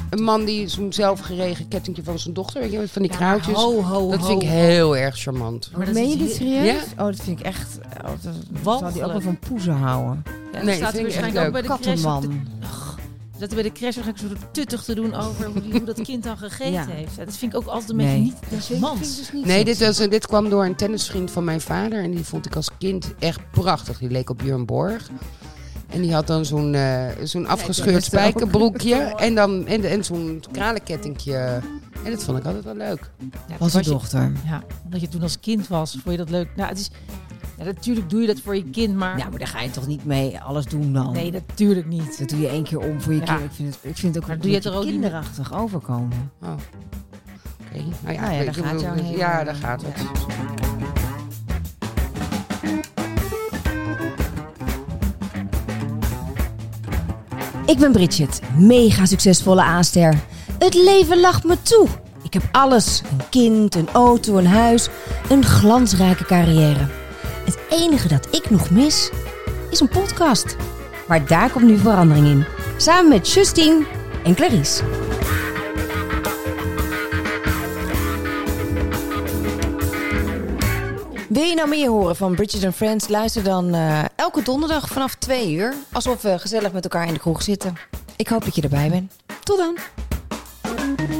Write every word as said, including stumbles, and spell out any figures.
Een man die zo'n zelfgeregen kettingje van zijn dochter, weet je, van die ja, kraaltjes. Ho, ho, dat ho, vind ik ho. heel erg charmant. Maar meen je dit serieus? Ja? Oh, dat vind ik echt... Oh, dat zal die ook wel van poezen houden. Ja, dan nee, staat er waarschijnlijk ook bij de kattenman. crash... Ach, dat er bij de crash waarschijnlijk zo tuttig te doen over hoe, die, hoe dat kind dan gegeten ja. heeft. Ja, dat vind ik ook altijd een nee. beetje niet des mans. Dus niet nee, dit, was, dit kwam door een tennisvriend van mijn vader. En die vond ik als kind echt prachtig. Die leek op Björn Borg. En die had dan zo'n, uh, zo'n afgescheurd ja, spijkerbroekje. En, dan, en, en zo'n kralenkettingje. En dat vond ik altijd wel leuk. Ja, was een dochter. Ja, omdat je toen als kind was, vond je dat leuk. Nou, het is... Ja, natuurlijk doe je dat voor je kind, maar... Ja, maar daar ga je toch niet mee alles doen dan? Nee, natuurlijk niet. Dat doe je één keer om voor je ja. kind. Ik vind het, ik vind het ook maar een doe je beetje het er ook kinderachtig niet overkomen. Oh. Oké. Okay. Nou ja, nou ja, daar ik, gaat ik, ja, daar gaat het. Ja. Ik ben Bridget, mega succesvolle aanster. Het leven lacht me toe. Ik heb alles. Een kind, een auto, een huis, een glansrijke carrière. Het enige dat ik nog mis, is een podcast. Maar daar komt nu verandering in. Samen met Justine en Clarice. Wil je nou meer horen van Bridget and Friends? Luister dan uh, elke donderdag vanaf twee uur. Alsof we gezellig met elkaar in de kroeg zitten. Ik hoop dat je erbij bent. Tot dan.